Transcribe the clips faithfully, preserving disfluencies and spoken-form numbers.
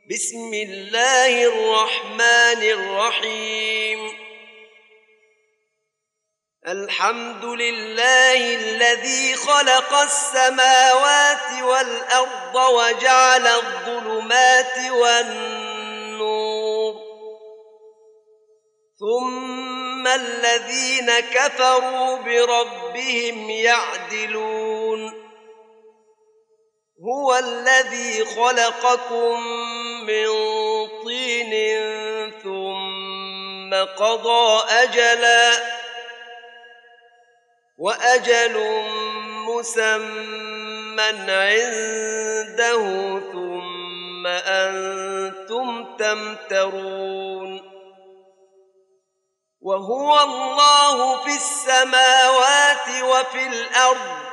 بسم الله الرحمن الرحيم الحمد لله الذي خلق السماوات والأرض وجعل الظلمات والنور ثم الذين كفروا بربهم يعدلون هو الذي خلقكم من طين ثم قضى أجلا وأجل مسمى عنده ثم أنتم تمترون وهو الله في السماوات وفي الأرض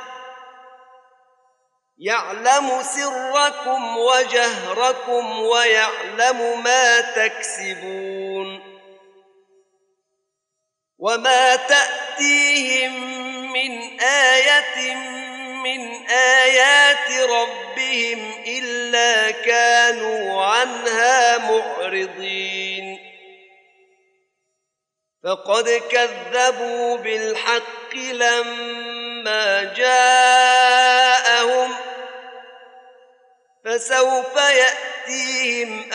يعلم سركم وجهركم ويعلم ما تكسبون وما تأتيهم من آية من آيات ربهم إلا كانوا عنها معرضين فقد كذبوا بالحق لما جاءهم فسوف يأتيهم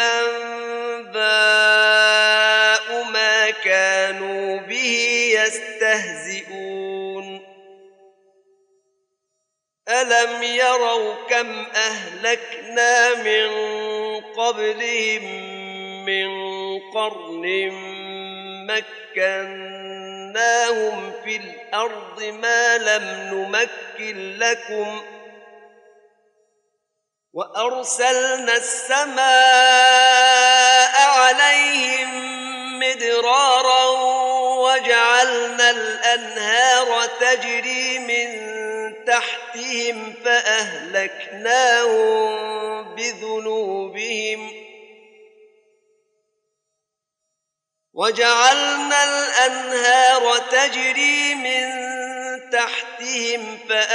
أنباء ما كانوا به يستهزئون ألم يروا كم أهلكنا من قبلهم من قرن مكناهم في الأرض ما لم نمكن لكم وأرسلنا السماء عليهم مدرارا وجعلنا الأنهار تجري من تحتهم فأهلكناهم بذنوبهم وجعلنا الأنهار تجري من تحتهم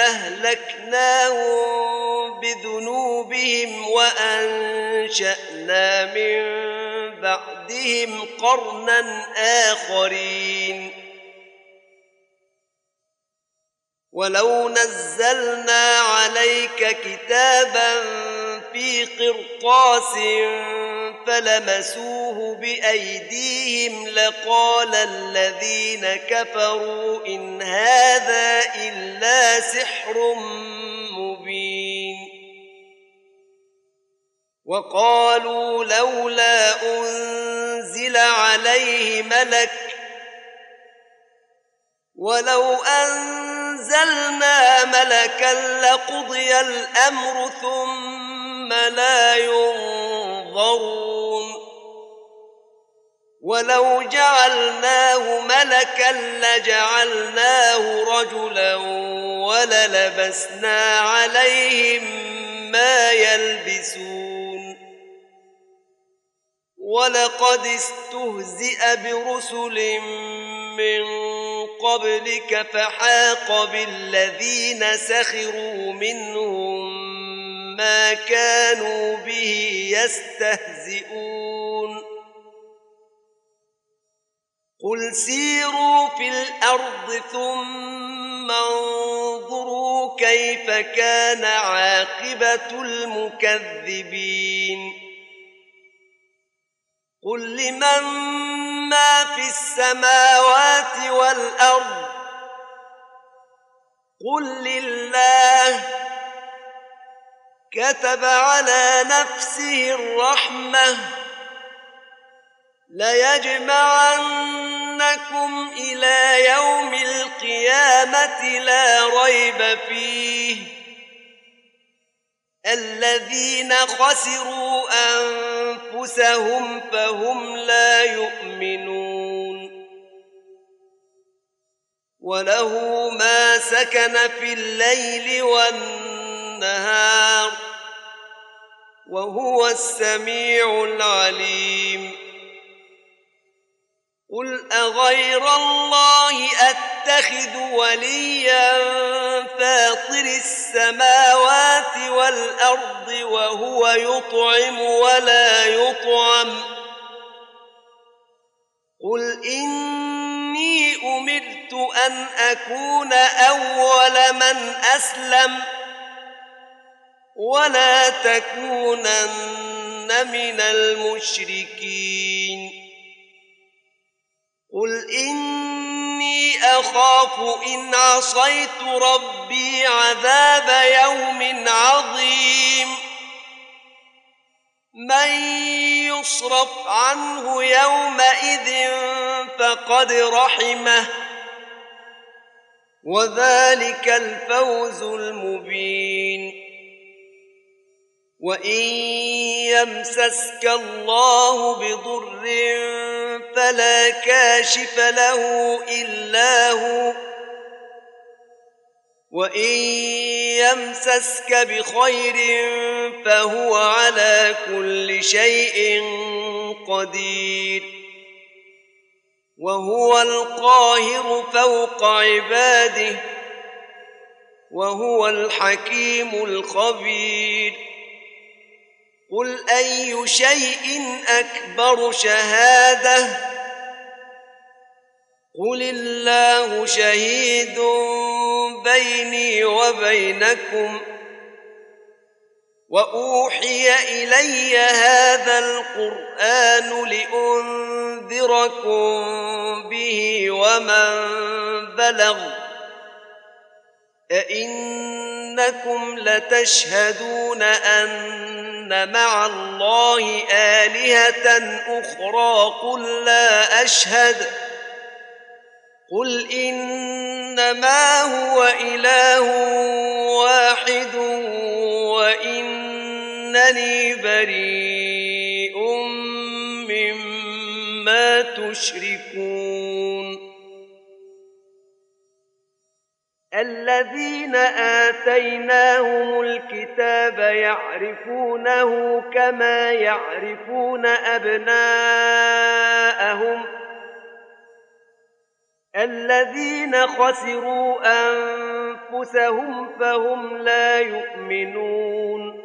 فأهلكناهم بذنوبهم وأنشأنا من بعدهم قرنا آخرين ولو نزلنا عليك كتابا في قرطاس فلمسوه بأيديهم لقال الذين كفروا إن هذا إلا سحر مبين وقالوا لولا أنزل عليه ملك ولو أنزلنا ملكا لقضي الأمر ثم لا ينظرون ولو جعلناه ملكا لجعلناه رجلا وللبسنا عليهم ما يلبسون ولقد استهزئ برسل من قبلك فحاق بالذين سخروا منهم ما كانوا به يستهزئون قل سيروا في الأرض ثم انظروا كيف كان عاقبة المكذبين قل لمن ما في السماوات والأرض قل لله كتب على نفسه الرحمة ليجمعنكم إلى يوم القيامة لا ريب فيه الذين خسروا أنفسهم فهم لا يؤمنون وله ما سكن في الليل والنهار وهو السميع العليم قل أغير الله أتقى أتخذ وليا فاطر السماوات والأرض وهو يطعم ولا يطعم قل إني أمرت أن أكون أول من أسلم ولا تكونن من المشركين قل إني أخاف إن عصيت ربي عذاب يوم عظيم من يصرف عنه يومئذ فقد رحمه وذلك الفوز المبين وإن يمسسك الله بضر فلا كاشف له إلا هو وإن يمسسك بخير فهو على كل شيء قدير وهو القاهر فوق عباده وهو الحكيم الخبير قل أي شيء أكبر شهادة قل الله شهيد بيني وبينكم وأوحي إلي هذا القرآن لأنذركم به ومن بلغ أئنكم لتشهدون أن مع الله آلهة أخرى قل لا أشهد قل إنما هو إله واحد وإنني بريء مما تشركون الذين آتيناهم الكتاب يعرفونه كما يعرفون أبناءهم الذين خسروا أنفسهم فهم لا يؤمنون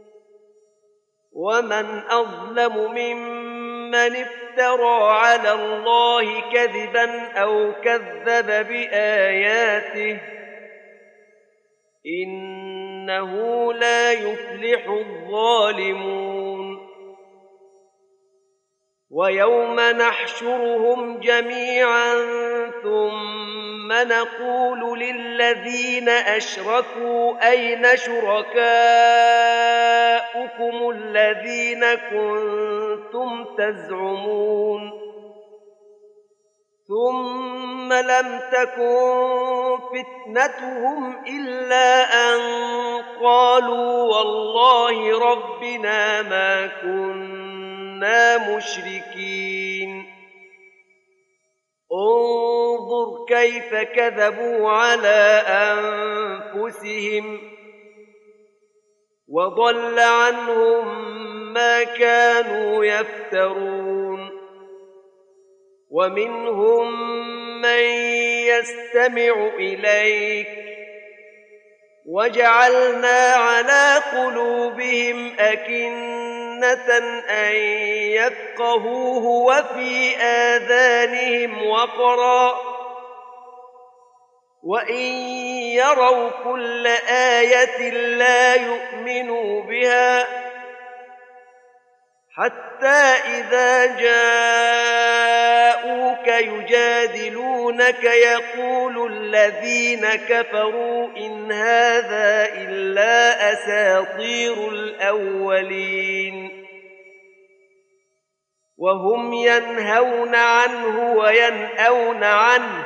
ومن أظلم ممن افترى على الله كذبا أو كذب بآياته إنه لا يفلح الظالمون ويوم نحشرهم جميعا ثم نقول للذين أشركوا أين شركاؤكم الذين كنتم تزعمون ثم لم تكن فتنتهم إلا أن قالوا والله ربنا ما كنا مشركين انظر كيف كذبوا على أنفسهم وضل عنهم ما كانوا يفترون ومنهم من يستمع إليك وجعلنا على قلوبهم أكنة أن يفقهوه وفي آذانهم وقرا وإن يروا كل آية لا يؤمنوا بها حتى إذا جاءوك يجادلونك يقول الذين كفروا إن هذا إلا أساطير الأولين وهم ينهون عنه وينأون عنه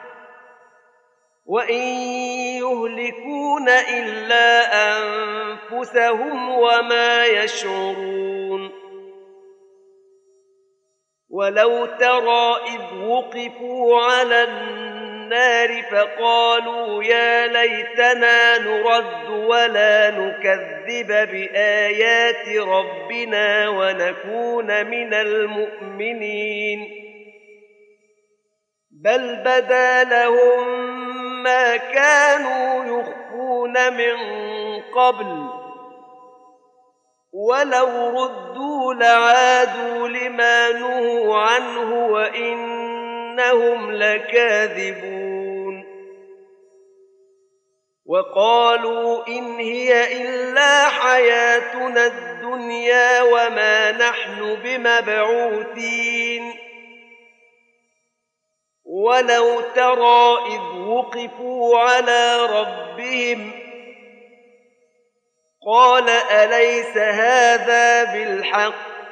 وإن يهلكون إلا أنفسهم وما يشعرون ولو ترى إذ وقفوا على النار فقالوا يا ليتنا نرد ولا نكذب بآيات ربنا ونكون من المؤمنين بل بدا لهم ما كانوا يخفون من قبل ولو ردوا لعادوا لما نهوا عنه وإنهم لكاذبون وقالوا إن هي إلا حياتنا الدنيا وما نحن بمبعوثين ولو ترى إذ وقفوا على ربهم قال أليس هذا بالحق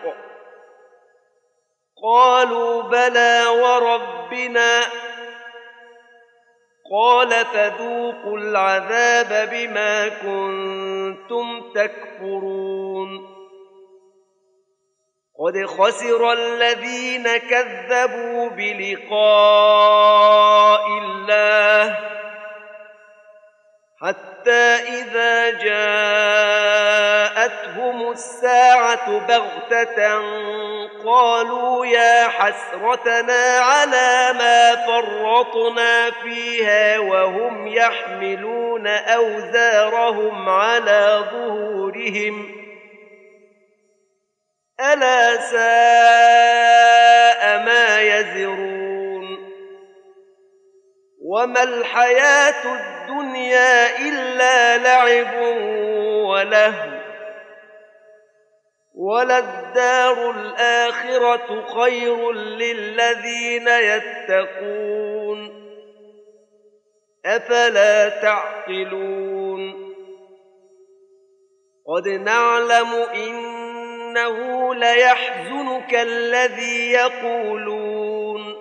قالوا بلى وربنا قال فذوقوا العذاب بما كنتم تكفرون قد خسر الذين كذبوا بلقاء الله حتى إذا جاءتهم الساعة بغتة قالوا يا حسرتنا على ما فرطنا فيها وهم يحملون أوزارهم على ظهورهم ألا ساء ما يزرون وما الحياة الدنيا إلا لعب ولهو وللدار الآخرة خير للذين يتقون أفلا تعقلون قد نعلم إنه ليحزنك الذي يقولون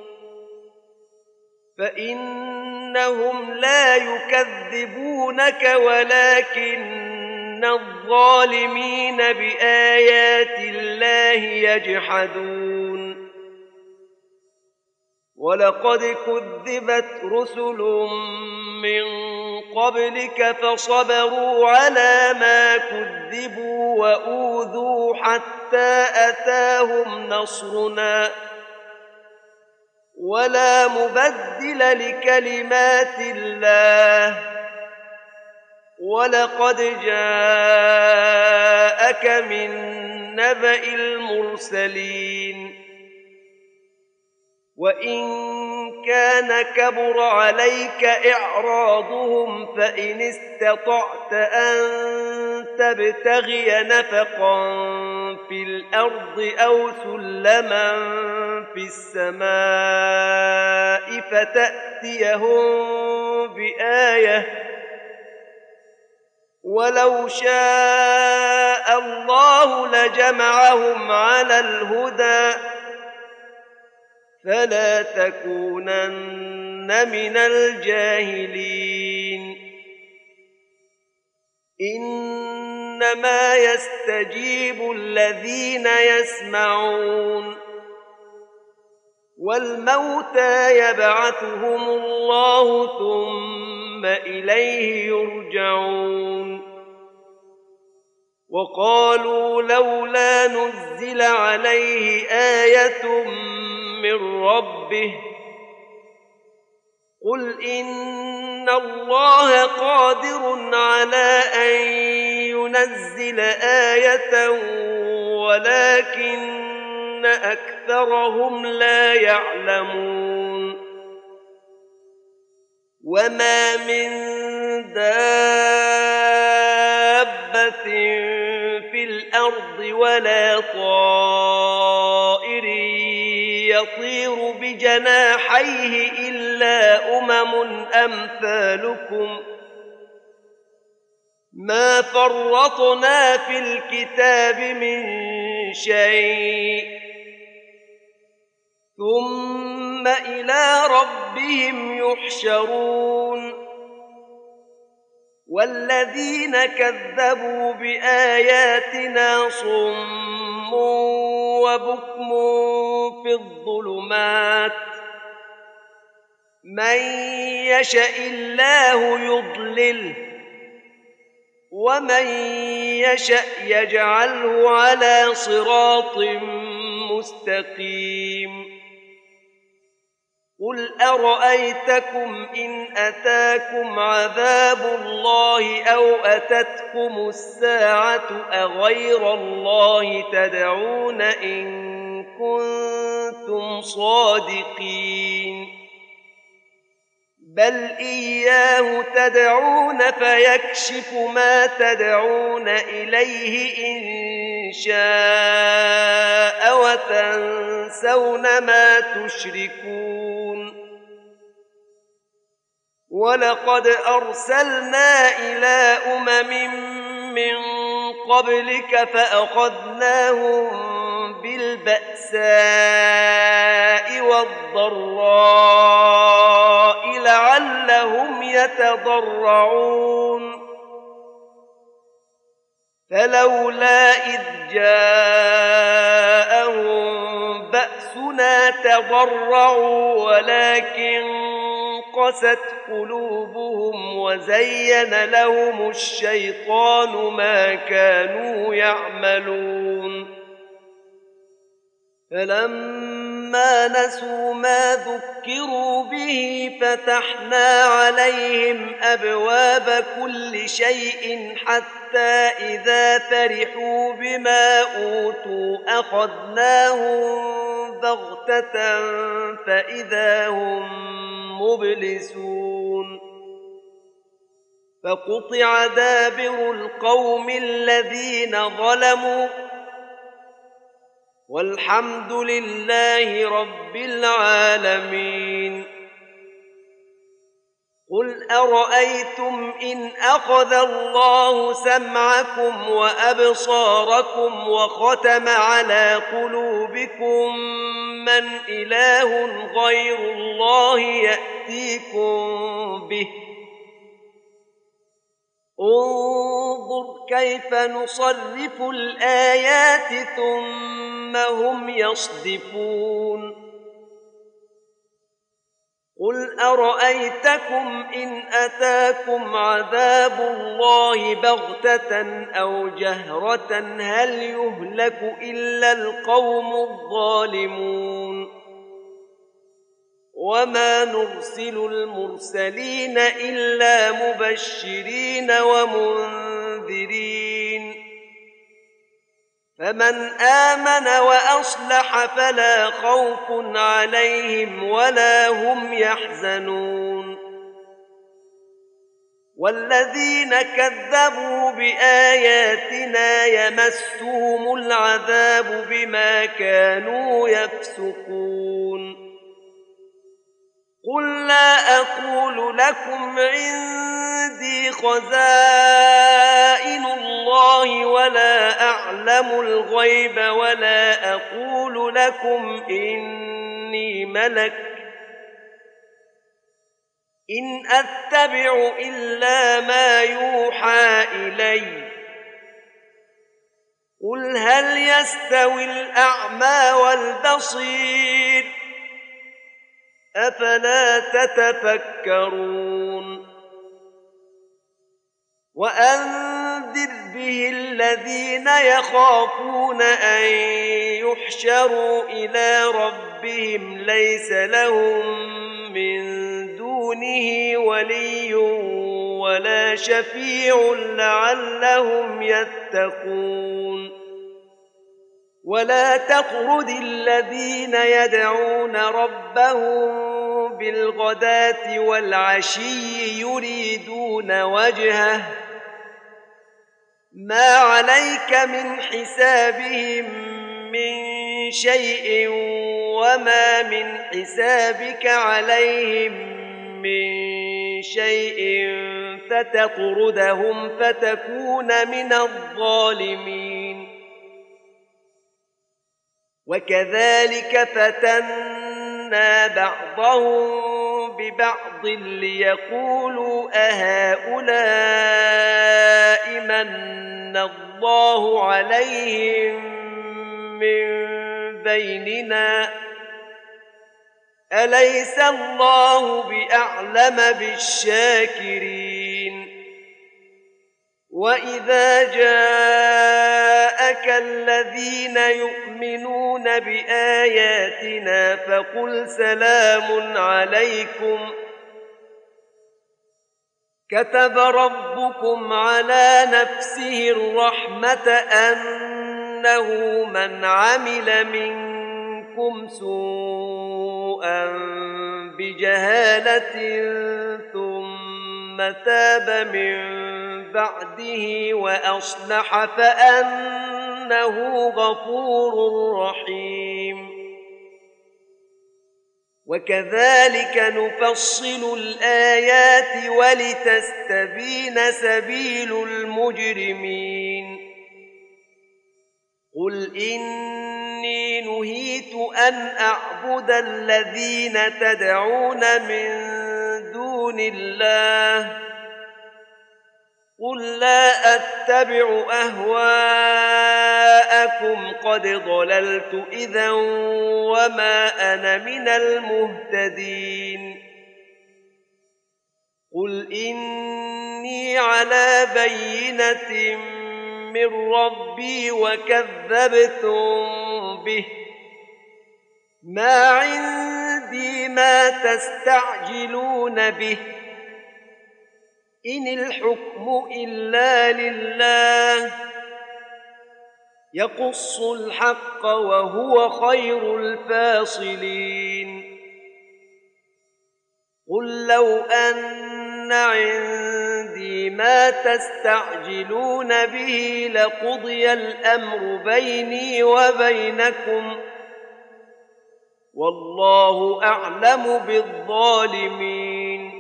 فإنهم لا يكذبونك ولكن الظالمين بآيات الله يجحدون ولقد كذبت رسل من قبلك فصبروا على ما كذبوا وأوذوا حتى أتاهم نصرنا ولا مبدل لكلمات الله ولقد جاءك من نبأ المرسلين وإن كان كبر عليك إعراضهم فإن استطعت أن تبتغي نفقا في الأرض أو سلما في السماء فتأتيهم بآية ولو شاء الله لجمعهم على الهدى فلا تكونن من الجاهلين إنما يستجيب الذين يسمعون والموتى يبعثهم الله ثم إليه يرجعون وقالوا لولا نزل عليه آية من ربه قل إن الله قادر على أن ينزل آية ولكن أكثرهم لا يعلمون وما من دابة في الأرض ولا طائر يطير بجناحيه إلا أمم أمثالكم ما فرطنا في الكتاب من شيء ثم إلى ربهم يحشرون والذين كذبوا بآياتنا صم وبكم في الظلمات من يشاء الله يضلله ومن يشاء يجعله على صراط مستقيم قل أرأيتكم إن أتاكم عذاب الله أو أتتكم الساعة أغير الله تدعون إن كنتم صادقين بل إياه تدعون فيكشف ما تدعون إليه إن شاء وتنسون ما تشركون ولقد أرسلنا إلى أمم من قبلك فأخذناهم بالبأساء والضراء لعلهم يتضرعون فلولا إذ جاءهم بأسنا تضرعوا ولكن قست قلوبهم وزين لهم الشيطان ما كانوا يعملون فلما نسوا ما ذكروا به فتحنا عليهم أبواب كل شيء حتى إذا فرحوا بما أوتوا أخذناهم بغتة فإذا هم مبلسون فقطع دابر القوم الذين ظلموا والحمد لله رب العالمين قل أرأيتم إن أخذ الله سمعكم وأبصاركم وختم على قلوبكم من إله غير الله يأتيكم به انظر كيف نصرف الآيات ثم هم يصدفون قل أرأيتكم إن أتاكم عذاب الله بغتة أو جهرة هل يهلك إلا القوم الظالمون وما نرسل المرسلين إلا مبشرين ومنذرين فمن آمن وأصلح فلا خوف عليهم ولا هم يحزنون والذين كذبوا بآياتنا يمسهم العذاب بما كانوا يفسقون قل لا أقول لكم عندي خزائن الله ولا أعلم الغيب ولا أقول لكم إني ملك إن أتبع إلا ما يوحى إلي قل هل يستوي الأعمى والبصير أفلا تتفكرون وأنذر به الذين يخافون أن يحشروا إلى ربهم ليس لهم من دونه ولي ولا شفيع لعلهم يتقون ولا تطرد الذين يدعون ربهم بالغداة والعشي يريدون وجهه ما عليك من حسابهم من شيء وما من حسابك عليهم من شيء فتطردهم فتكون من الظالمين وكذلك فتنا بعضهم ببعض ليقولوا أهؤلاء من الله عليهم من بيننا أليس الله بأعلم بالشاكرين وإذا جاء جاءك الذين يؤمنون بآياتنا فقل سلام عليكم كتب ربكم على نفسه الرحمة أنه من عمل منكم سوءا بجهالة ثم تاب من بعده وأصلح فأنه غفور رحيم وكذلك نفصل الآيات ولتستبين سبيل المجرمين قل إني نهيت أن أعبد الذين تدعون من دون الله قل لا أتبع أهواءكم قد ضللت إذا وما أنا من المهتدين قل إني على بينة من ربي وكذبتم به ما عندي ما تستعجلون به إن الحكم إلا لله يقص الحق وهو خير الفاصلين قل لو أن عندي ما تستعجلون به لقضي الأمر بيني وبينكم والله أعلم بالظالمين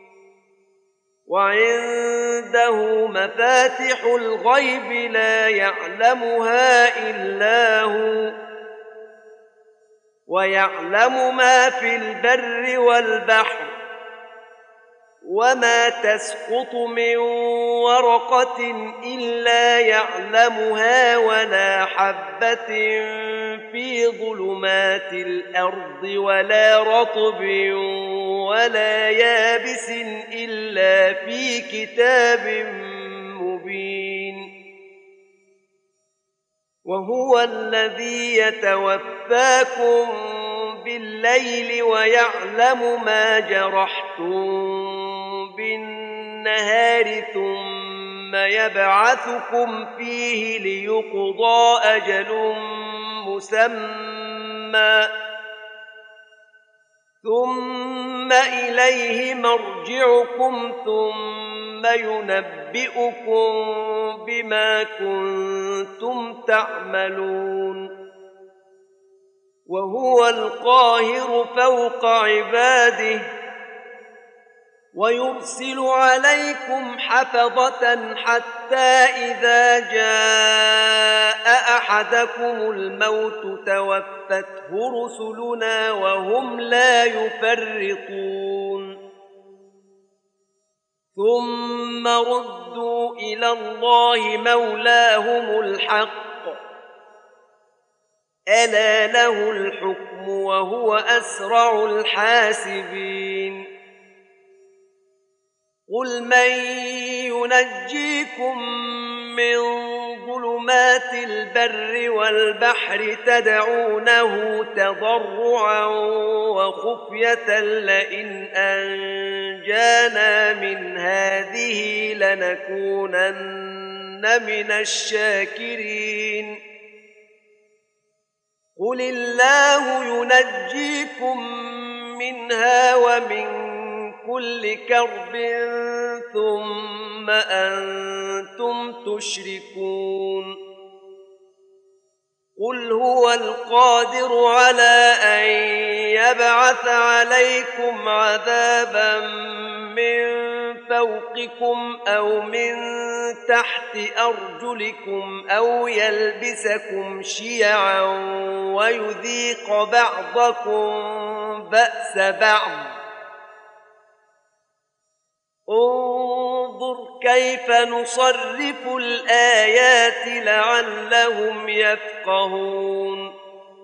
وعنده مفاتح الغيب لا يعلمها إلا هو ويعلم ما في البر والبحر وما تسقط من ورقة إلا يعلمها ولا حبة في ظلمات الأرض ولا رطب ولا يابس إلا في كتاب مبين وهو الذي يتوفاكم بالليل ويعلم ما جرحتم بالنهار ثم يبعثكم فيه ليقضى أجل مسمى ثم إليه مرجعكم ثم ينبئكم بما كنتم تعملون وهو القاهر فوق عباده ويرسل عليكم حفظة حتى إذا جاء أحدكم الموت توفته رسلنا وهم لا يفرطون ثم ردوا إلى الله مولاهم الحق ألا له الحكم وهو أسرع الحاسبين قل من ينجيكم من ظلمات البر والبحر تدعونه تضرعا وخفية لئن أنجانا من هذه لنكونن من الشاكرين قل الله ينجيكم منها ومن كل كرب ثم أنتم تشركون قل هو القادر على أن يبعث عليكم عذابا من فوقكم أو من تحت أرجلكم أو يلبسكم شيعا ويذيق بعضكم بأس بعض انظر كيف نصرف الآيات لعلهم يفقهون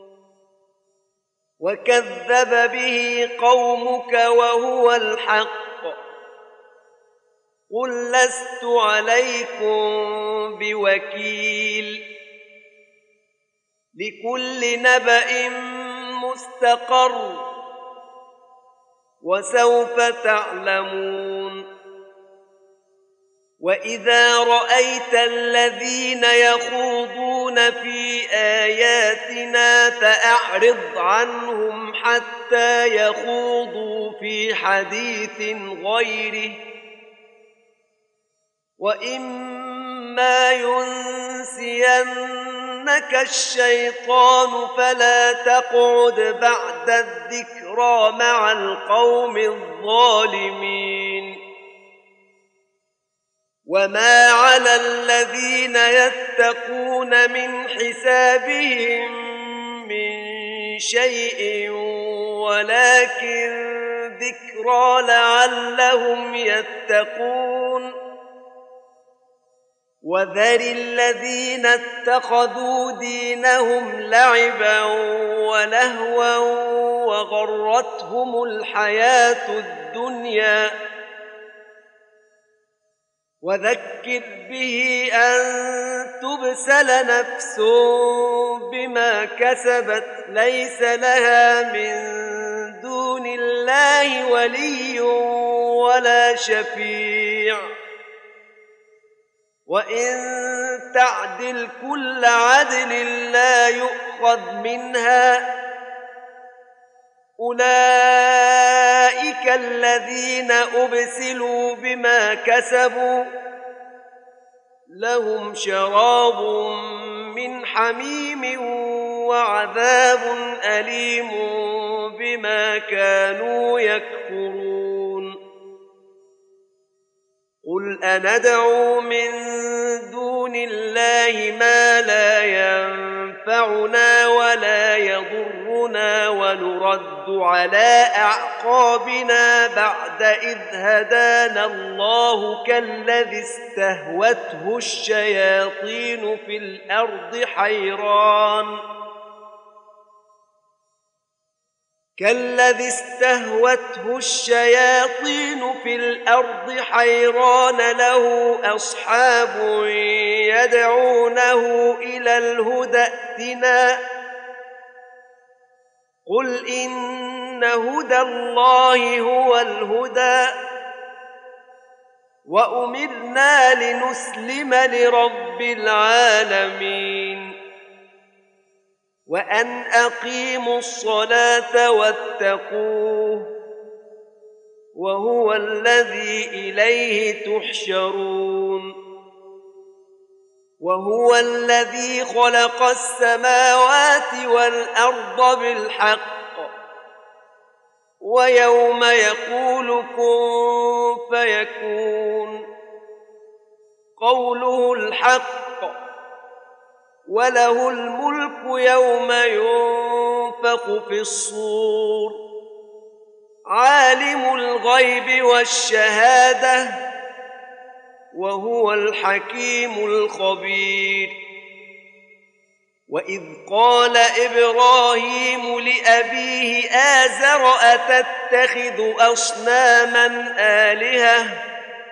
وكذب به قومك وهو الحق قل لست عليكم بوكيل لكل نبأ مستقر وسوف تعلمون وإذا رأيت الذين يخوضون في آياتنا فأعرض عنهم حتى يخوضوا في حديث غيره وإما ينسينك الشيطان فلا تقعد بعد الذكرى مع القوم الظالمين وما على الذين يتقون من حسابهم من شيء ولكن ذكرى لعلهم يتقون وذر الذين اتخذوا دينهم لعبا ولهوا وغرتهم الحياة الدنيا وذكر به أن تبسل نفس بما كسبت ليس لها من دون الله ولي ولا شفيع وإن تعدل كل عدل لا يؤخذ منها أولئك الذين أبسلوا بما كسبوا لهم شراب من حميم وعذاب أليم بما كانوا يكفرون قل أندعو من دون الله ما لا ينفعنا ولا يضرنا ونرد على أعقابنا بعد إذ هدانا الله كالذي استهوته الشياطين في الأرض حيران كالذي استهوته الشياطين في الأرض حيران له أصحاب يدعونه إلى الهدى ائتنا قل إن هدى الله هو الهدى وأمرنا لنسلم لرب العالمين وأن أقيموا الصلاة واتقوه وهو الذي إليه تحشرون وهو الذي خلق السماوات والأرض بالحق ويوم يقول كن فيكون قوله الحق وله الملك يوم ينفخ في الصور عالم الغيب والشهادة وهو الحكيم الخبير وإذ قال إبراهيم لأبيه آزر أتتخذ أصناما آلهة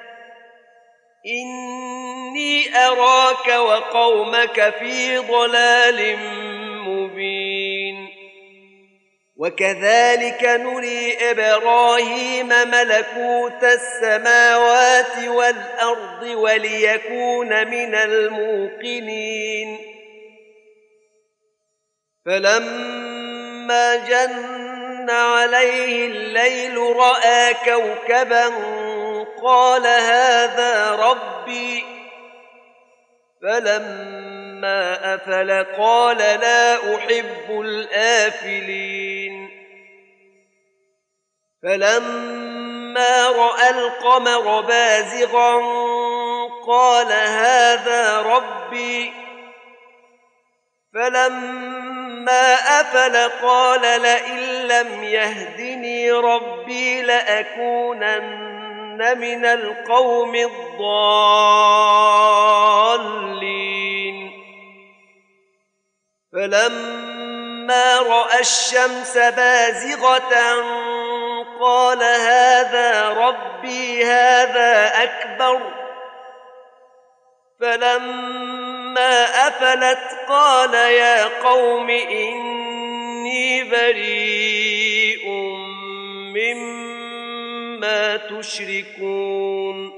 إني أراك وقومك في ضلال مبين وكذلك نري إبراهيم ملكوت السماوات والأرض وليكون من الموقنين فلما جن عليه الليل رأى كوكبا قال هذا ربي فلما أفل قال لا أحب الآفلين فلما رأى القمر بازغا قال هذا ربي فلما أفل قال لئن لم يهدني ربي لأكونن من القوم الضالين فلما رأى الشمس بازغة قال هذا ربي هذا أكبر فلما أفلت قال يا قوم إني بريء مما تشركون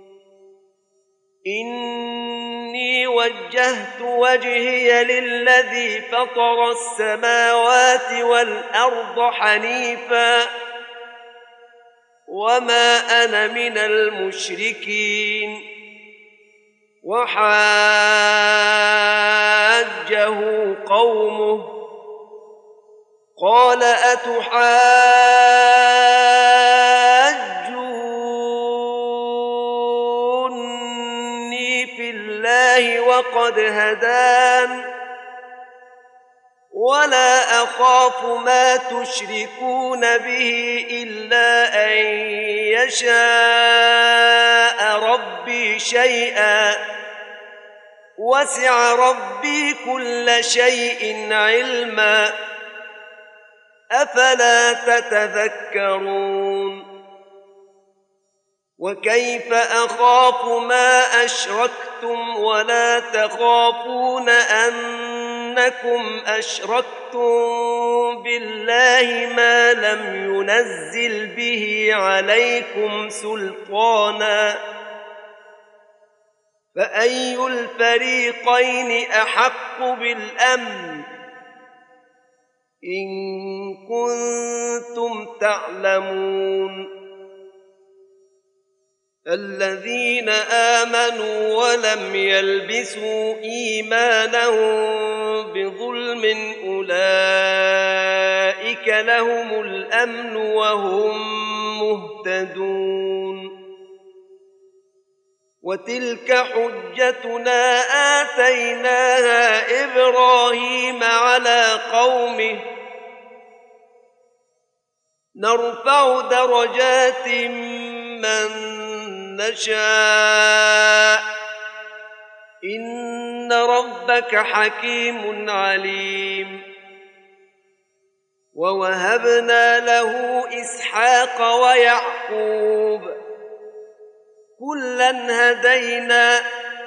إني وجهت وجهي للذي فطر السماوات والأرض حنيفا وما أنا من المشركين وحاجه قومه قال أتحاجوني في الله وقد هدان ولا أخاف ما تشركون به إلا أن يشاء ربي شيئا وسع ربي كل شيء علما أفلا تتذكرون وكيف أخاف ما أشركتم ولا تخافون أنكم أشركتم بالله ما لم ينزل به عليكم سلطانا فأي الفريقين أحق بالأمن إن كنتم تعلمون الذين آمنوا ولم يلبسوا إيمانهم بظلم أولئك لهم الأمن وهم مهتدون وتلك حجتنا آتيناها إبراهيم على قومه نرفع درجات من نشاء إن ربك حكيم عليم ووهبنا له إسحاق ويعقوب كلا هدينا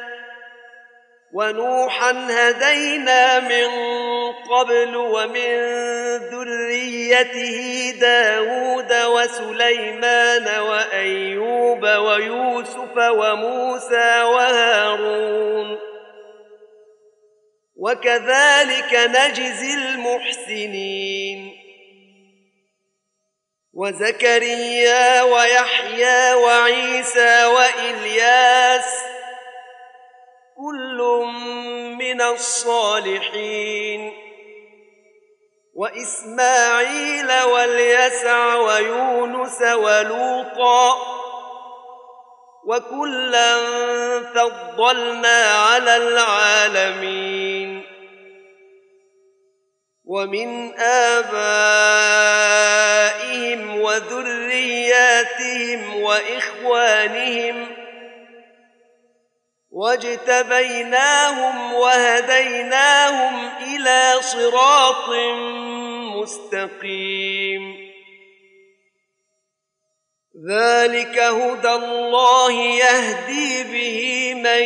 ونوحا هدينا من قبل ومن ذريته داود وسليمان وأيوب ويوسف وموسى وهارون وكذلك نجزي المحسنين وزكريا ويحيى وعيسى وإلياس كل من الصالحين وإسماعيل واليسع ويونس ولوطا وكلا فضلنا على العالمين ومن آبائهم وذرياتهم وإخوانهم واجتبيناهم وهديناهم إلى صراط مستقيم ذلك هدى الله يهدي به من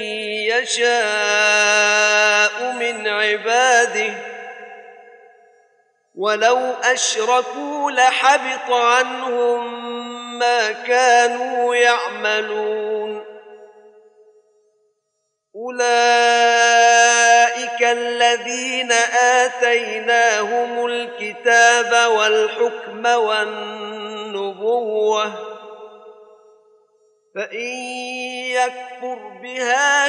يشاء من عباده ولو أشركوا لحبط عنهم ما كانوا يعملون أولئك الذين آتيناهم الكتاب والحكم والنبوة فإن يكفر بها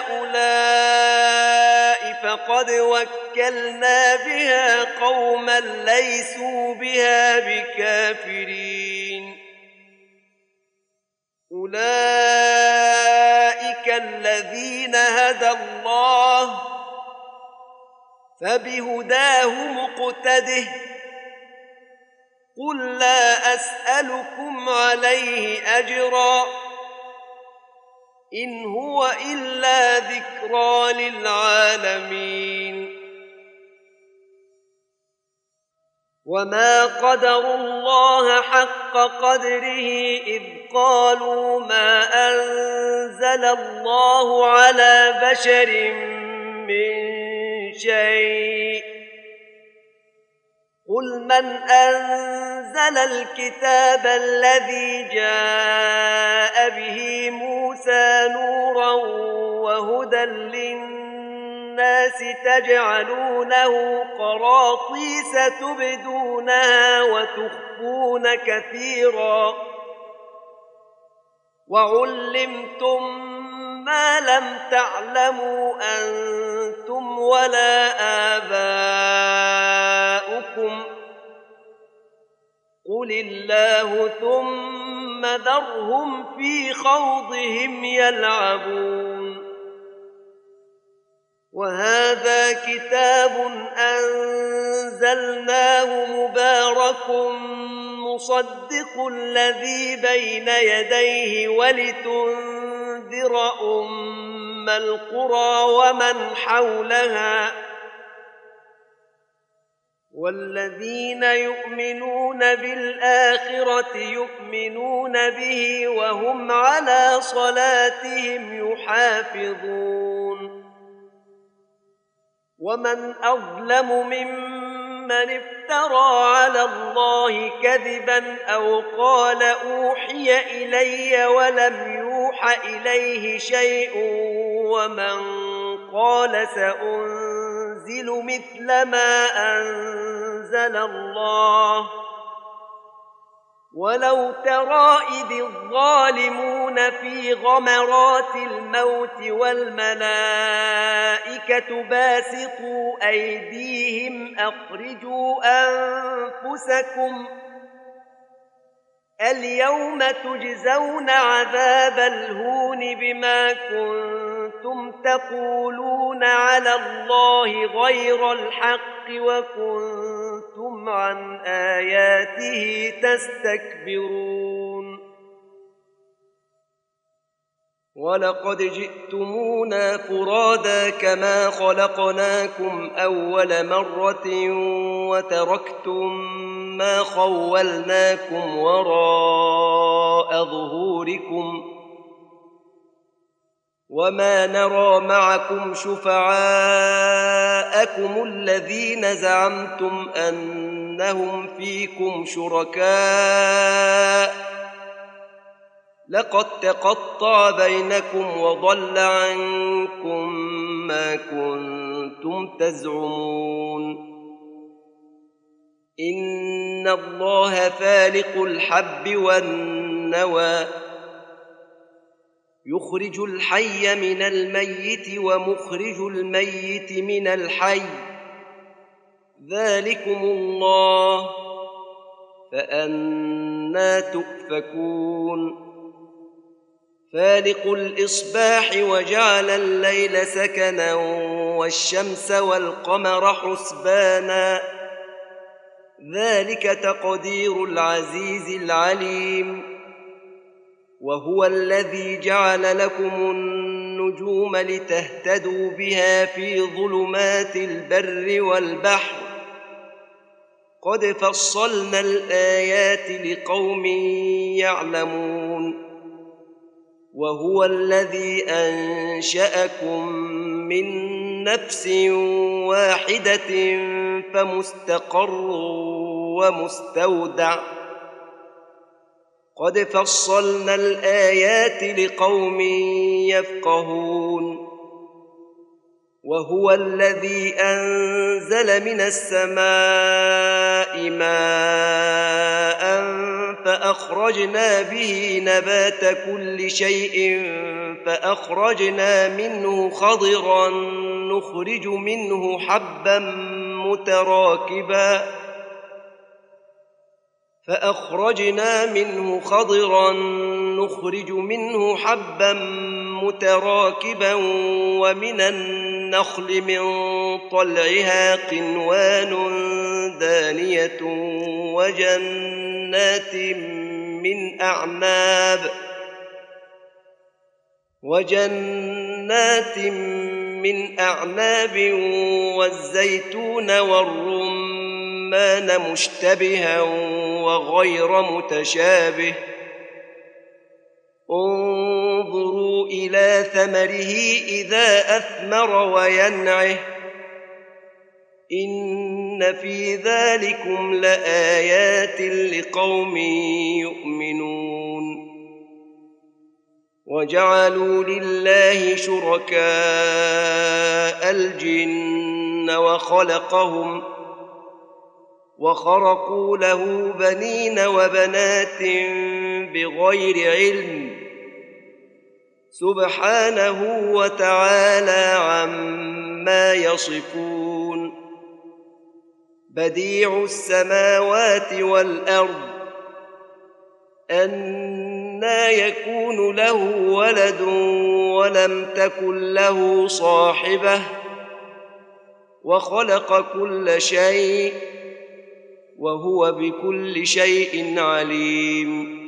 هؤلاء فقد وكلنا بها قوما ليسوا بها بكافرين أولئك الذين هدى الله فبهداه مقتده قل لا أسألكم عليه أجرا إن هو إلا ذكرى للعالمين وما قدروا الله حق قدره إذ قالوا ما أنزل الله على بشر من شيء قل من أنزل الكتاب الذي جاء به موسى نورا وهدى للناس تجعلونه قراطيس تبدونها وتخفون كثيرا وعلمتم ما لم تعلموا أنتم ولا آباؤكم قل الله ثم ذرهم في خوضهم يلعبون وهذا كتاب أنزلناه مبارك مصدق الذي بين يديه ولتنذر أم القرى ومن حولها والذين يؤمنون بالآخرة يؤمنون به وهم على صلاتهم يحافظون ومن أظلم ممن افترى على الله كذبا أو قال أوحي إلي ولم يوح إليه شيء ومن قال سأنزل مثل ما أنزل الله ولو ترى إذ الظالمون في غمرات الموت والملائكة باسطوا أيديهم أخرجوا أنفسكم اليوم تجزون عذاب الهون بما كنتم تقولون على الله غير الحق وكنتم عن آياته تستكبرون ولقد جئتمونا فرادا كما خلقناكم أول مرة وتركتم ما خولناكم وراء ظهوركم وما نرى معكم شفعاءكم الذين زعمتم أنهم فيكم شركاء لقد تقطع بينكم وضل عنكم ما كنتم تزعمون إن الله فالق الحب والنوى يخرج الحي من الميت ومخرج الميت من الحي ذلكم الله فأنى تؤفكون فالق الإصباح وجعل الليل سكنا والشمس والقمر حسبانا ذلك تقدير العزيز العليم وهو الذي جعل لكم النجوم لتهتدوا بها في ظلمات البر والبحر قد فصلنا الآيات لقوم يعلمون وهو الذي أنشأكم من نفس واحدة فمستقر ومستودع قد فصلنا الآيات لقوم يفقهون وهو الذي أنزل من السماء ماء فأخرجنا به نبات كل شيء فأخرجنا منه خضرا نخرج منه حبا متراكبا فأخرجنا منه خضرا نخرج منه حبا متراكبا ومن النخل من طلعها قنوان دانية وجنات من أعناب وجنات من أعناب والزيتون والرمان الرحمن مشتبها وغير متشابه انظروا إلى ثمره إذا أثمر وينعه إن في ذلكم لآيات لقوم يؤمنون وجعلوا لله شركاء الجن وخلقهم وخرقوا له بنين وبنات بغير علم سبحانه وتعالى عما يصفون بديع السماوات والأرض أنى يكون له ولد ولم تكن له صاحبة وخلق كل شيء وهو بكل شيء عليم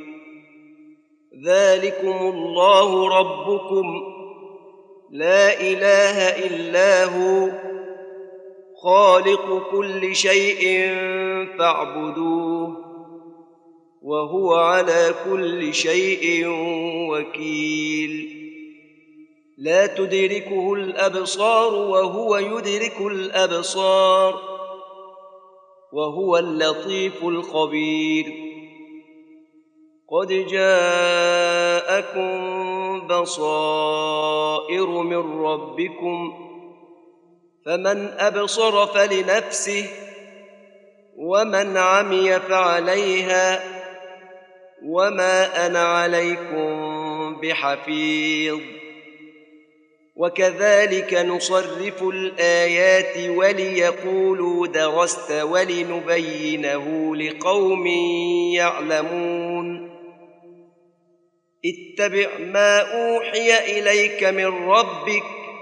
ذلكم الله ربكم لا إله إلا هو خالق كل شيء فاعبدوه وهو على كل شيء وكيل لا تدركه الأبصار وهو يدرك الأبصار وهو اللطيف الخبير قد جاءكم بصائر من ربكم فمن أبصر فلنفسه ومن عمي فعليها وما أنا عليكم بحفيظ وكذلك نصرف الآيات وليقولوا درست ولنبينه لقوم يعلمون اتبع ما أوحي إليك من ربك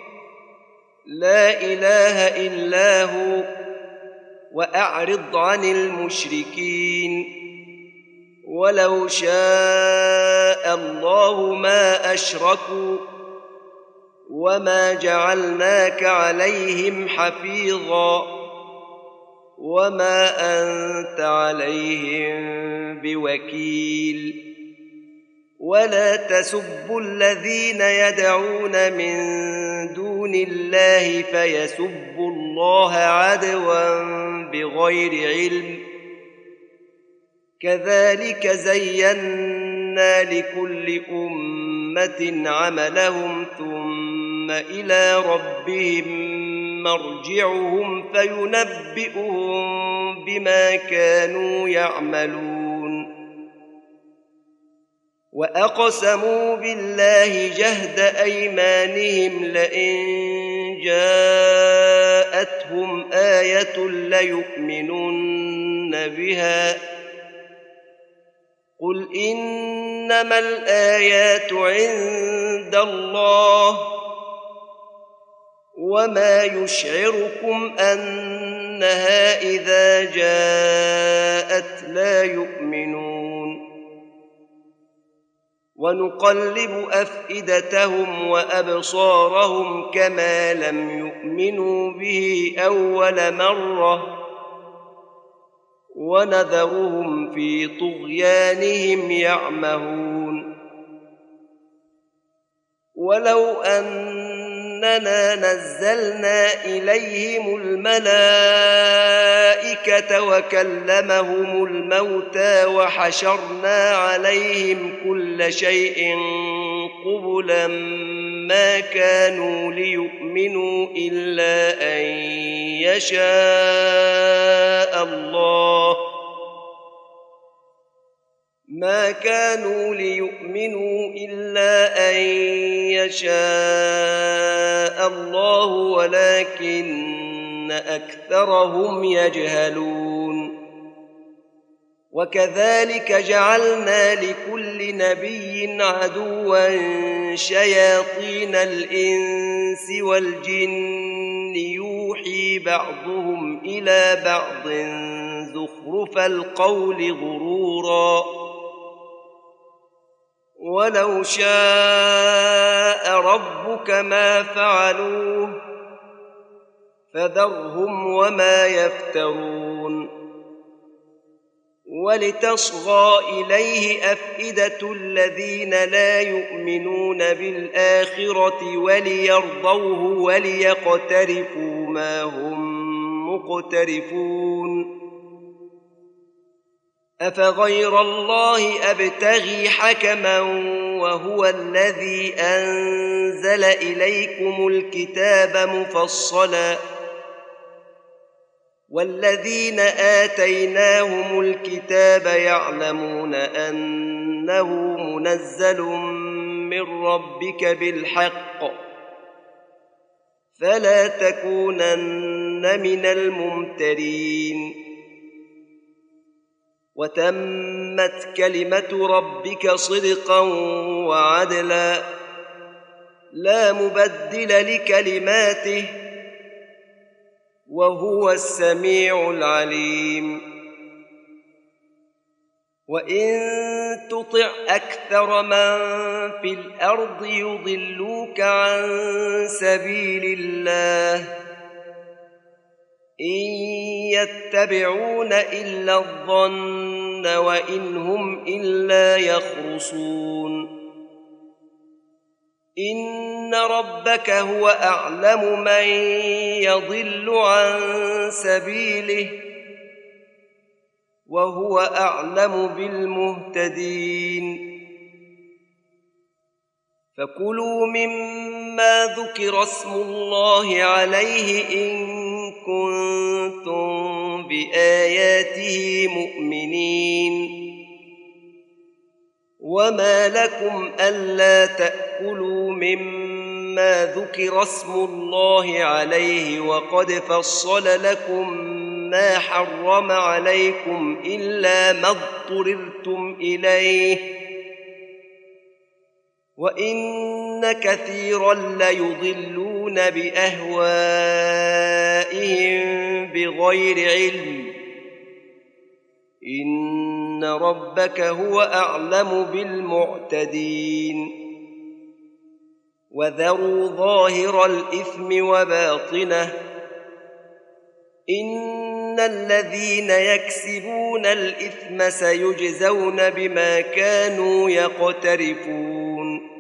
لا إله إلا هو وأعرض عن المشركين ولو شاء الله ما أشركوا وما جعلناك عليهم حفيظا وما أنت عليهم بوكيل ولا تسبوا الذين يدعون من دون الله فيسبوا الله عدوا بغير علم كذلك زينا لكل أمة عملهم ثم إلى ربهم مرجعهم فينبئهم بما كانوا يعملون وأقسموا بالله جهد أيمانهم لئن جاءتهم آية ليؤمنن بها قل إنما الآيات عند الله وما يشعركم أنها إذا جاءت لا يؤمنون ونقلب أفئدتهم وأبصارهم كما لم يؤمنوا به أول مرة ونذرهم في طغيانهم يعمهون ولو أننا نزلنا إليهم الملائكة وكلمهم الموتى وحشرنا عليهم كل شيء قبلا ما كانوا ليؤمنوا إلا أن يشاء الله ما كانوا ليؤمنوا إلا أن يشاء الله ولكن أكثرهم يجهلون وكذلك جعلنا لكل نبي عدوا شياطين الإنس والجن يوحي بعضهم إلى بعض زخرف القول غرورا ولو شاء ربك ما فعلوه فذرهم وما يفترون ولتصغى إليه أفئدة الذين لا يؤمنون بالآخرة وليرضوه وليقترفوا ما هم مقترفون أفغير الله أبتغي حكما وهو الذي أنزل إليكم الكتاب مفصلا والذين آتيناهم الكتاب يعلمون أنه منزل من ربك بالحق فلا تكونن من الممترين وتمت كلمة ربك صدقا وعدلا لا مبدل لكلماته وهو السميع العليم وإن تطع أكثر من في الأرض يضلوك عن سبيل الله إن يتبعون إلا الظن وإن هم إلا يخرصون إن ربك هو أعلم من يضل عن سبيله وهو أعلم بالمهتدين فكلوا مما ذكر اسم الله عليه إن كنتم بآياته مؤمنين وما لكم ألا تأكلوا مما ذكر اسم الله عليه وقد فصل لكم ما حرم عليكم إلا ما اضطررتم إليه وإن كثيرا ليضلون بأهوائهم بغير علم إن ربك هو أعلم بالمعتدين وذروا ظاهر الإثم وباطنه إن الذين يكسبون الإثم سيجزون بما كانوا يقترفون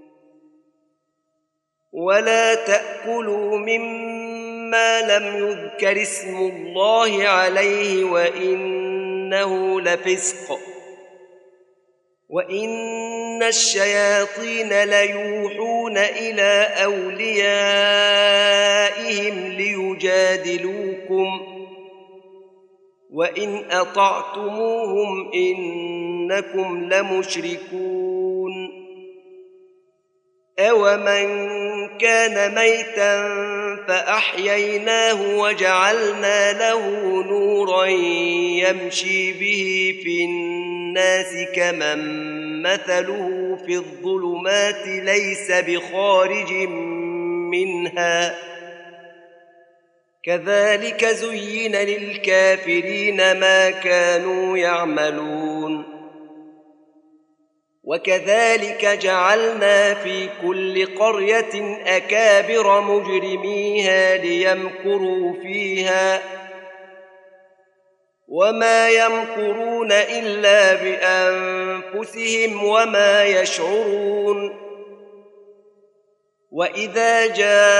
ولا تأكلوا مما لم يذكر اسم الله عليه وإنه لفسق وإن الشياطين ليوحون إلى أوليائهم ليجادلوكم وإن أطعتموهم إنكم لمشركون أومن كان ميتا فأحييناه وجعلنا له نورا يمشي به في الناس كمن مثله في الظلمات ليس بخارج منها كذلك زين للكافرين ما كانوا يعملون وكذلك جعلنا في كل قرية أكابر مجرميها ليمكروا فيها وما يمكرون إلا بأنفسهم وما يشعرون وإذا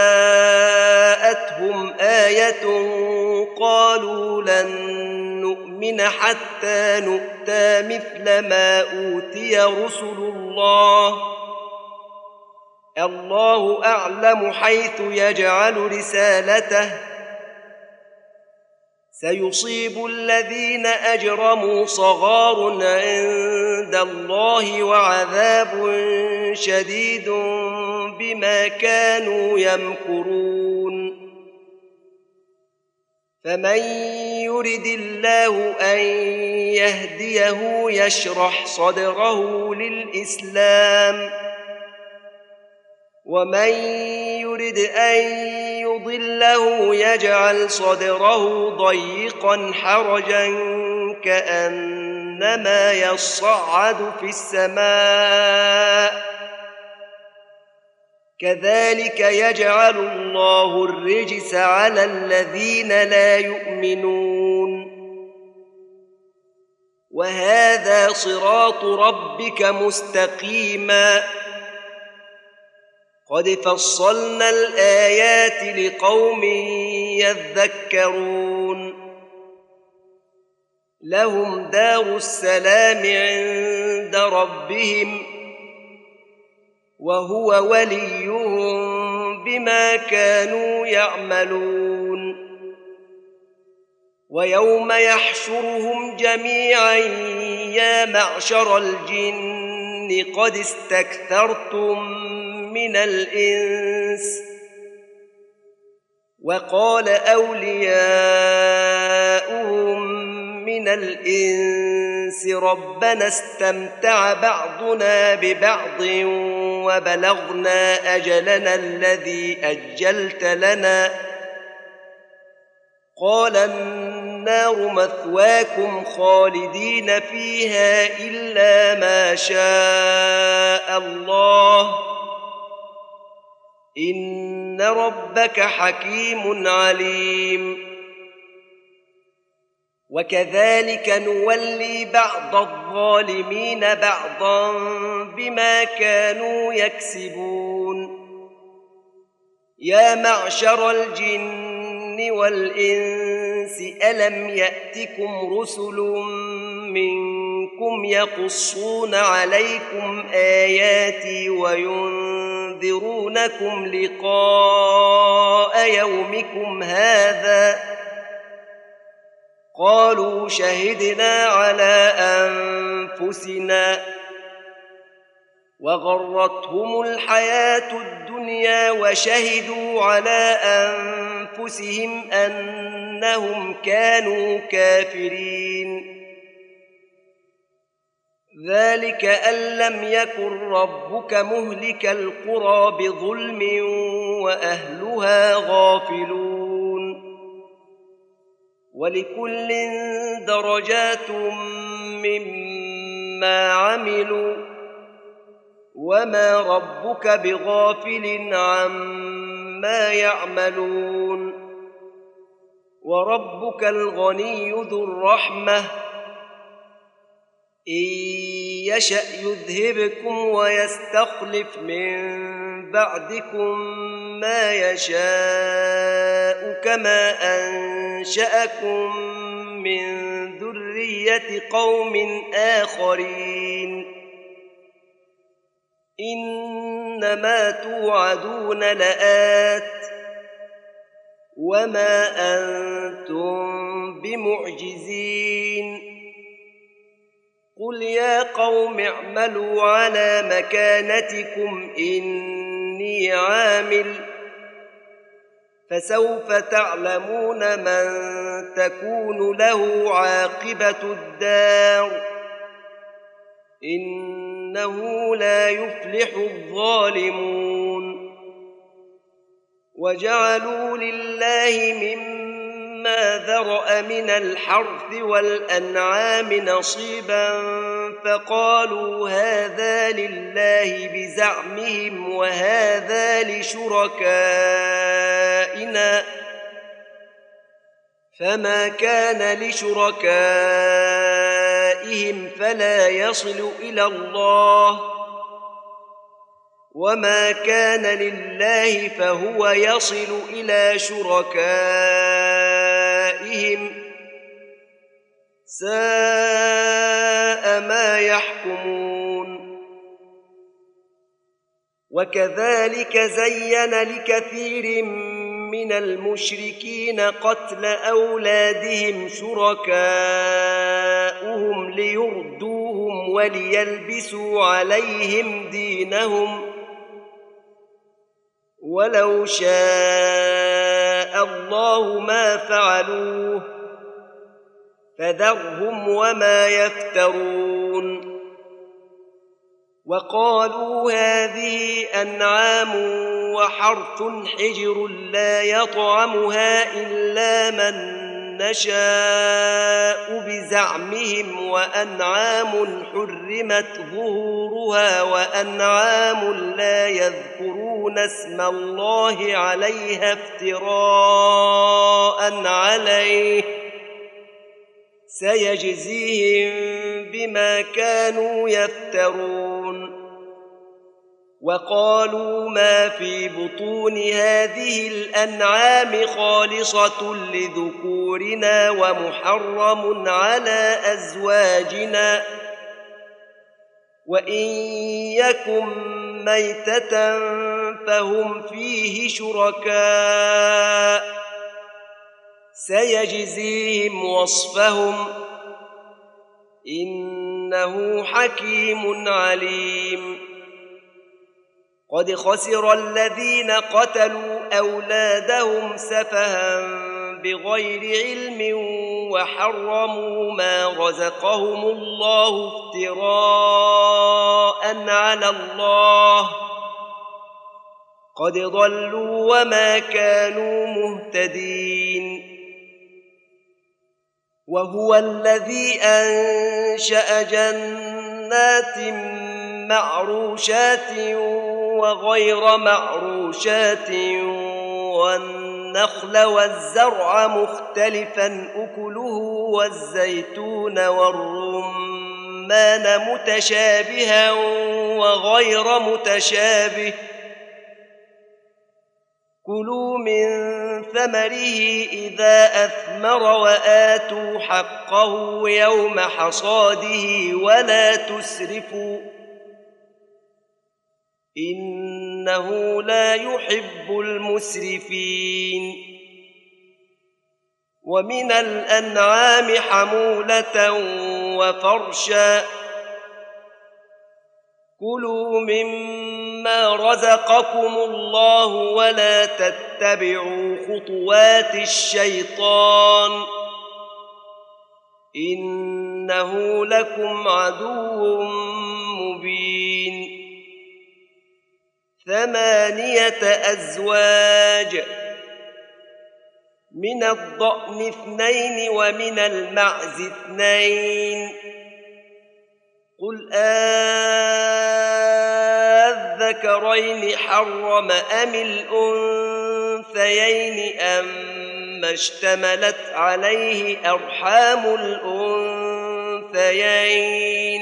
جاءتهم آية قالوا لن نؤمن حتى نؤتى مثل ما أوتي رسل الله الله أعلم حيث يجعل رسالته سيصيب الذين أجرموا صغار عند الله وعذاب شديد بما كانوا يمكرون فمن يرد الله أن يهديه يشرح صدره للإسلام ومن يرد أن يضله يجعل صدره ضيقا حرجا كأنما يصعد في السماء كذلك يجعل الله الرجس على الذين لا يؤمنون وهذا صراط ربك مستقيما قد فصلنا الآيات لقوم يذكرون لهم دار السلام عند ربهم وهو وليهم بما كانوا يعملون ويوم يحشرهم جميعا يا معشر الجن قد استكثرتم من الإنس وقال أولياؤهم من الإنس ربنا استمتع بعضنا ببعض وبلغنا أجلنا الذي أجلت لنا قال النار مثواكم خالدين فيها إلا ما شاء الله إن ربك حكيم عليم وكذلك نولي بعض الظالمين بعضا بما كانوا يكسبون يا معشر الجن والإنس ألم يأتكم رسل منكم يقصون عليكم آياتي وينذرونكم لقاء يومكم هذا قالوا شهدنا على أنفسنا وغرتهم الحياة الدنيا وشهدوا على أنفسهم أنهم كانوا كافرين ذلك أن لم يكن ربك مهلك القرى بظلم وأهلها غافلون ولكل درجات مما عملوا وما ربك بغافل عما يعملون وربك الغني ذو الرحمة إن يشأ يذهبكم ويستخلف من بعدكم ما يشاء كما أنشأكم من ذرية قوم آخرين إنما توعدون لآت وما أنتم بمعجزين قل يا قوم اعملوا على مكانتكم إني عامل فسوف تعلمون من تكون له عاقبة الدار إنه لا يفلح الظالمون وجعلوا لله مما ذرأ من الحرث والأنعام نصيبا فقالوا هذا لله بزعمهم وهذا لشركائنا فما كان لشركائهم فلا يصل إلى الله وما كان لله فهو يصل إلى شركائهم ساء ما يحكمون وكذلك زين لكثير من المشركين قتل أولادهم شركاؤهم ليردوهم وليلبسوا عليهم دينهم ولو شاء الله ما فعلوه فذرهم وما يفترون وقالوا هذه أنعام وحرث حجر لا يطعمها إلا من نشاء بزعمهم وأنعام حرمت ظهورها وأنعام لا يذكرون اسم الله عليها افتراء عليه سيجزيهم بما كانوا يفترون وقالوا ما في بطون هذه الأنعام خالصة لذكورنا ومحرم على أزواجنا وإن يكن ميتة فهم فيه شركاء سيجزيهم وصفهم إنه حكيم عليم قد خسر الذين قتلوا أولادهم سفها بغير علم وحرموا ما رزقهم الله افتراء على الله قد ضلوا وما كانوا مهتدين وهو الذي أنشأ جنات معروشات وغير معروشات والنخل والزرع مختلفا أكله والزيتون والرمان متشابها وغير متشابه كلوا من ثمره إذا أثمر وآتوا حقه يوم حصاده ولا تسرفوا إنه لا يحب المسرفين ومن الأنعام حمولة وفرشا كلوا مما رزقكم الله ولا تتبعوا خطوات الشيطان إنه لكم عدو مبين ثمانية أزواج من الضأن اثنين ومن المعز اثنين قل أذكرين حرم أم الأنثيين أما اشتملت عليه أرحام الأنثيين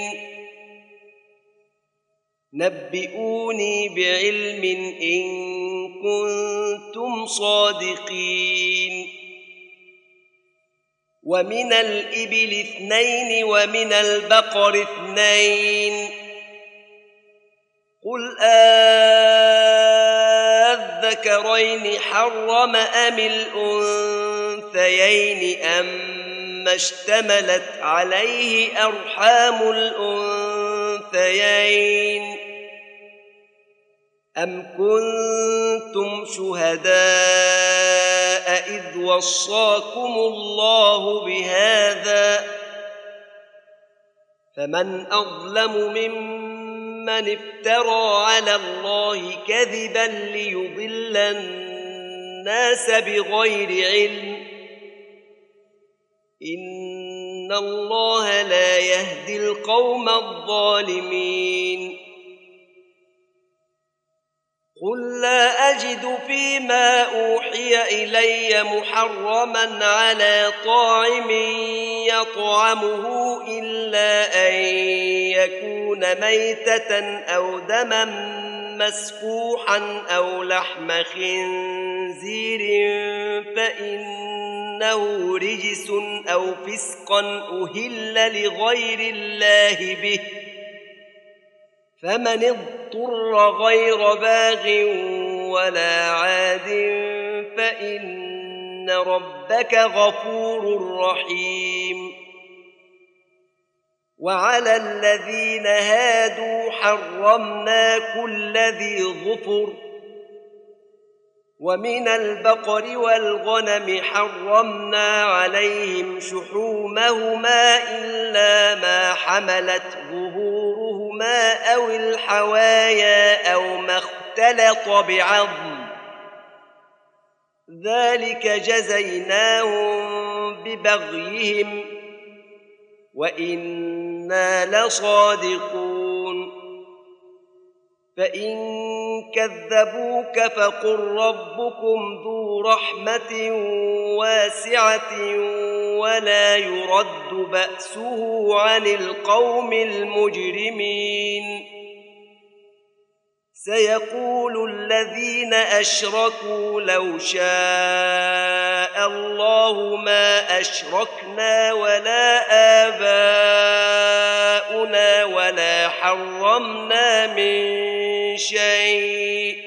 نبئوني بعلم إن كنتم صادقين ومن الإبل اثنين ومن البقر اثنين قل أذكرين حرم أم الأنثيين أما اشتملت عليه أرحام الأنثيين أم كنتم شهداء إذ وصاكم الله بهذا فمن أظلم ممن افترى على الله كذبا ليضل الناس بغير علم إن الله لا يهدي القوم الظالمين قل لا أجد فيما أوحي إلي محرما على طاعم يطعمه إلا أن يكون ميتة أو دما مسفوحا أو لحم خنزير فإنه رجس أو فسقا أهل لغير الله به فمن اضطر غير باغ ولا عاد فإن ربك غفور رحيم وعلى الذين هادوا حرمنا كل ذي ظفر ومن البقر والغنم حرمنا عليهم شحومهما إلا ما حملت ظهورهما أو الحوايا أو ما اختلط بعظم ذلك جزيناهم ببغيهم وإنا لصادقون فإن كذبوك فقل ربكم ذو رحمة واسعة ولا يرد بأسه عن القوم المجرمين. سيقول الذين أشركوا لو شاء الله ما أشركنا ولا آباؤنا ولا حرمنا من شيء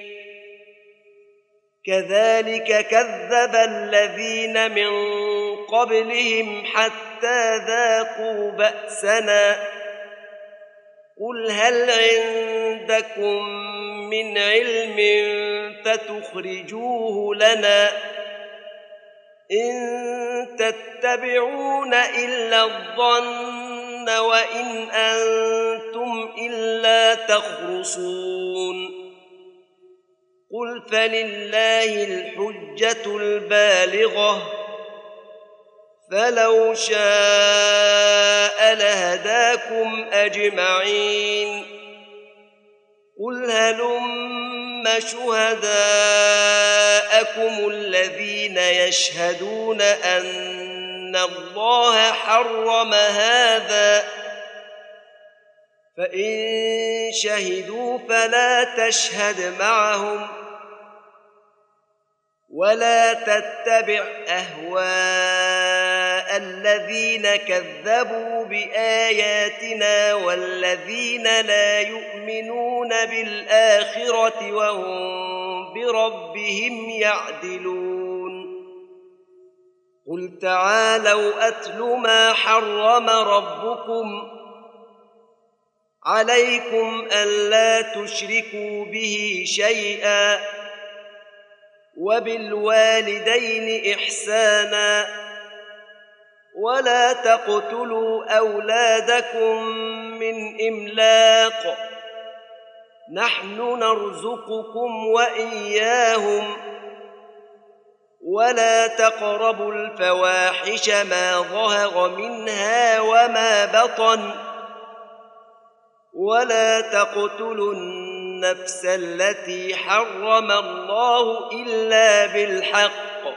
كذلك كذب الذين من قبلهم حتى ذاقوا بأسنا. قل هل عندكم من علم فتخرجوه لنا إن تتبعون إلا الظن وإن أنتم إلا تخرصون. قل فلله الحجة البالغة فلو شاء لهداكم أجمعين. قل هلم شهداءكم الذين يشهدون أن الله حرم هذا فإن شهدوا فلا تشهد معهم ولا تتبع أهواء الذين كذبوا بآياتنا والذين لا يؤمنون بالآخرة وهم بربهم يعدلون. قل تعالوا أتل ما حرم ربكم عليكم ألا تشركوا به شيئا وبالوالدين إحسانا ولا تقتلوا أولادكم من إملاق نحن نرزقكم وإياهم ولا تقربوا الفواحش ما ظهر منها وما بطن ولا تقتلوا النفس التي حرم الله إلا بالحق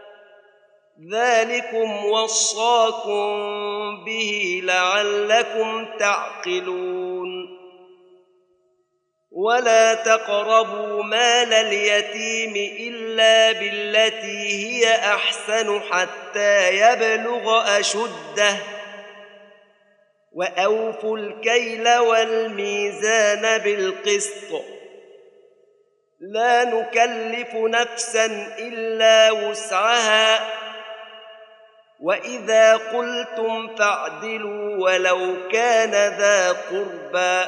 ذلكم وصاكم به لعلكم تعقلون. ولا تقربوا مال اليتيم إلا بالتي هي أحسن حتى يبلغ أشده وأوفوا الكيل والميزان بالقسط لا نكلف نفسا إلا وسعها وإذا قلتم فاعدلوا ولو كان ذا قربى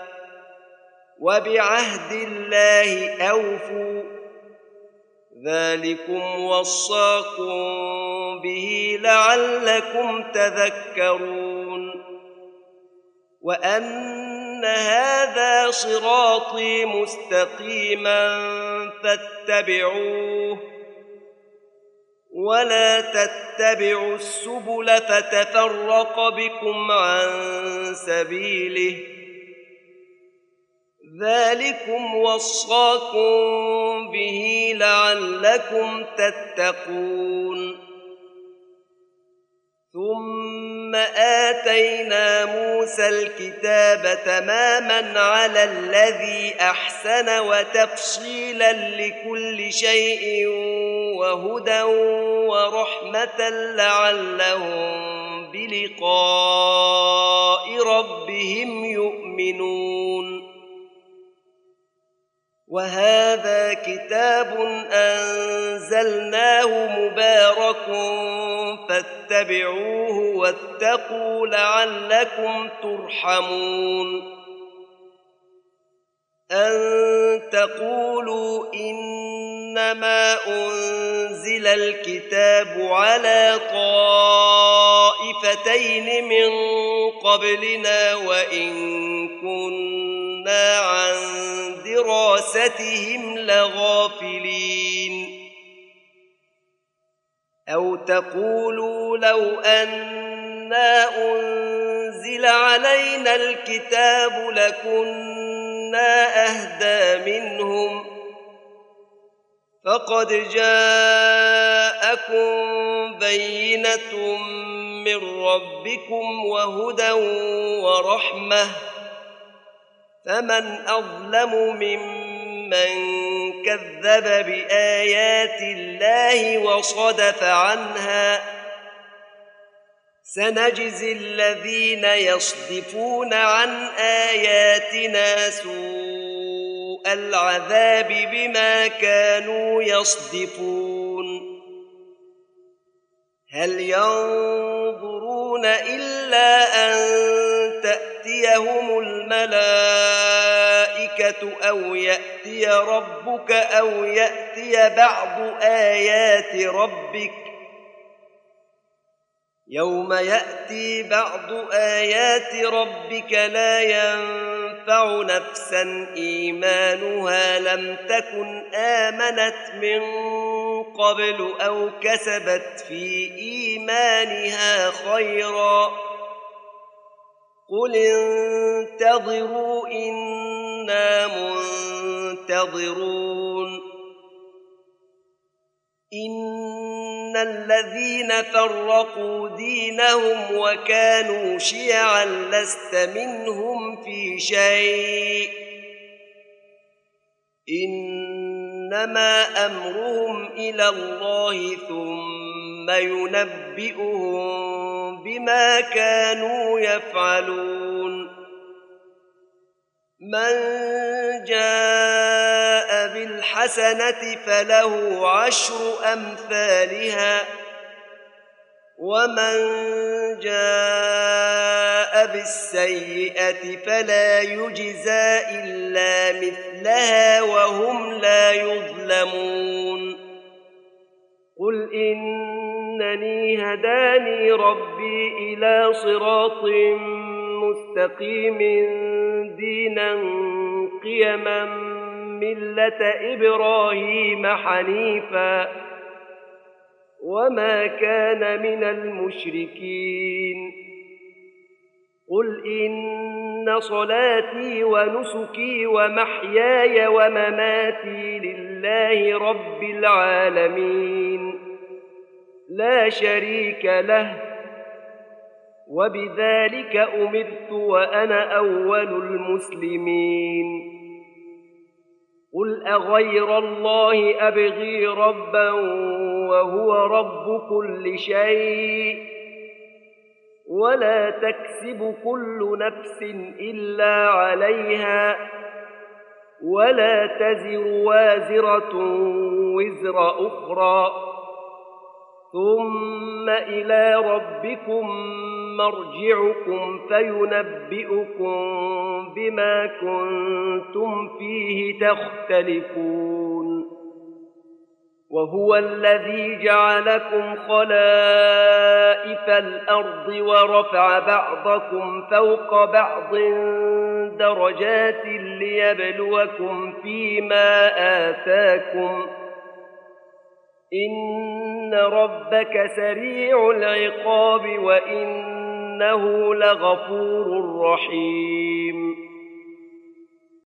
وبعهد الله أوفوا ذلكم وصاكم به لعلكم تذكرون. وأن هذا صراطي مستقيما فاتبعوه ولا تتبعوا السبل فتفرق بكم عن سبيله ذلكم وصاكم به لعلكم تتقون. ثم آتينا موسى الكتاب تماما على الذي أحسن وتفصيلا لكل شيء وهدى ورحمة لعلهم بلقاء ربهم يؤمنون. وهذا كتاب أنزلناه مبارك فاتبعوه واتقوا لعلكم ترحمون. أن تقولوا إنما أنزل الكتاب على طائفتين من قبلنا وإن كنا عن دراستهم لغافلين. أو تقولوا لو أنا أنزل علينا الكتاب لكنا أهدى منهم فقد جاءكم بينة من ربكم وهدى ورحمة فمن أظلم ممن كذب بآيات الله وصدف عنها سنجزي الذين يصدفون عن آياتنا سوء العذاب بما كانوا يصدفون هل ينظرون إلا أن تأتيهم الملائكة أو يأتي ربك أو يأتي بعض آيات ربك يوم يأتي بعض آيات ربك لا ينفع نفسا إيمانها لم تكن آمنت من قبل أو كسبت في إيمانها خيرا قل انتظروا إنا منتظرون إن الذين فرقوا دينهم وكانوا شيعا لست منهم في شيء إنما أمرهم إلى الله ثم ينبئهم بما كانوا يفعلون من جاء بالحسنة فله عشر أمثالها ومن جاء بالسيئة فلا يجزى إلا مثلها وهم لا يظلمون قل إنني هداني ربي إلى صراط مستقيم دينا قيما ملة إبراهيم حنيفا وما كان من المشركين قل إن صلاتي ونسكي ومحياي ومماتي لله رب العالمين لا شريك له وبذلك أمرت وأنا أول المسلمين قل أغير الله أبغي ربا وهو رب كل شيء ولا تكسب كل نفس إلا عليها ولا تزر وازرة وزر أخرى ثم إلى ربكم مرجعكم فينبئكم بما كنتم فيه تختلفون وهو الذي جعلكم خلائف الأرض ورفع بعضكم فوق بعض درجات ليبلوكم فيما آتاكم إن ربك سريع العقاب وإنه لغفور رحيم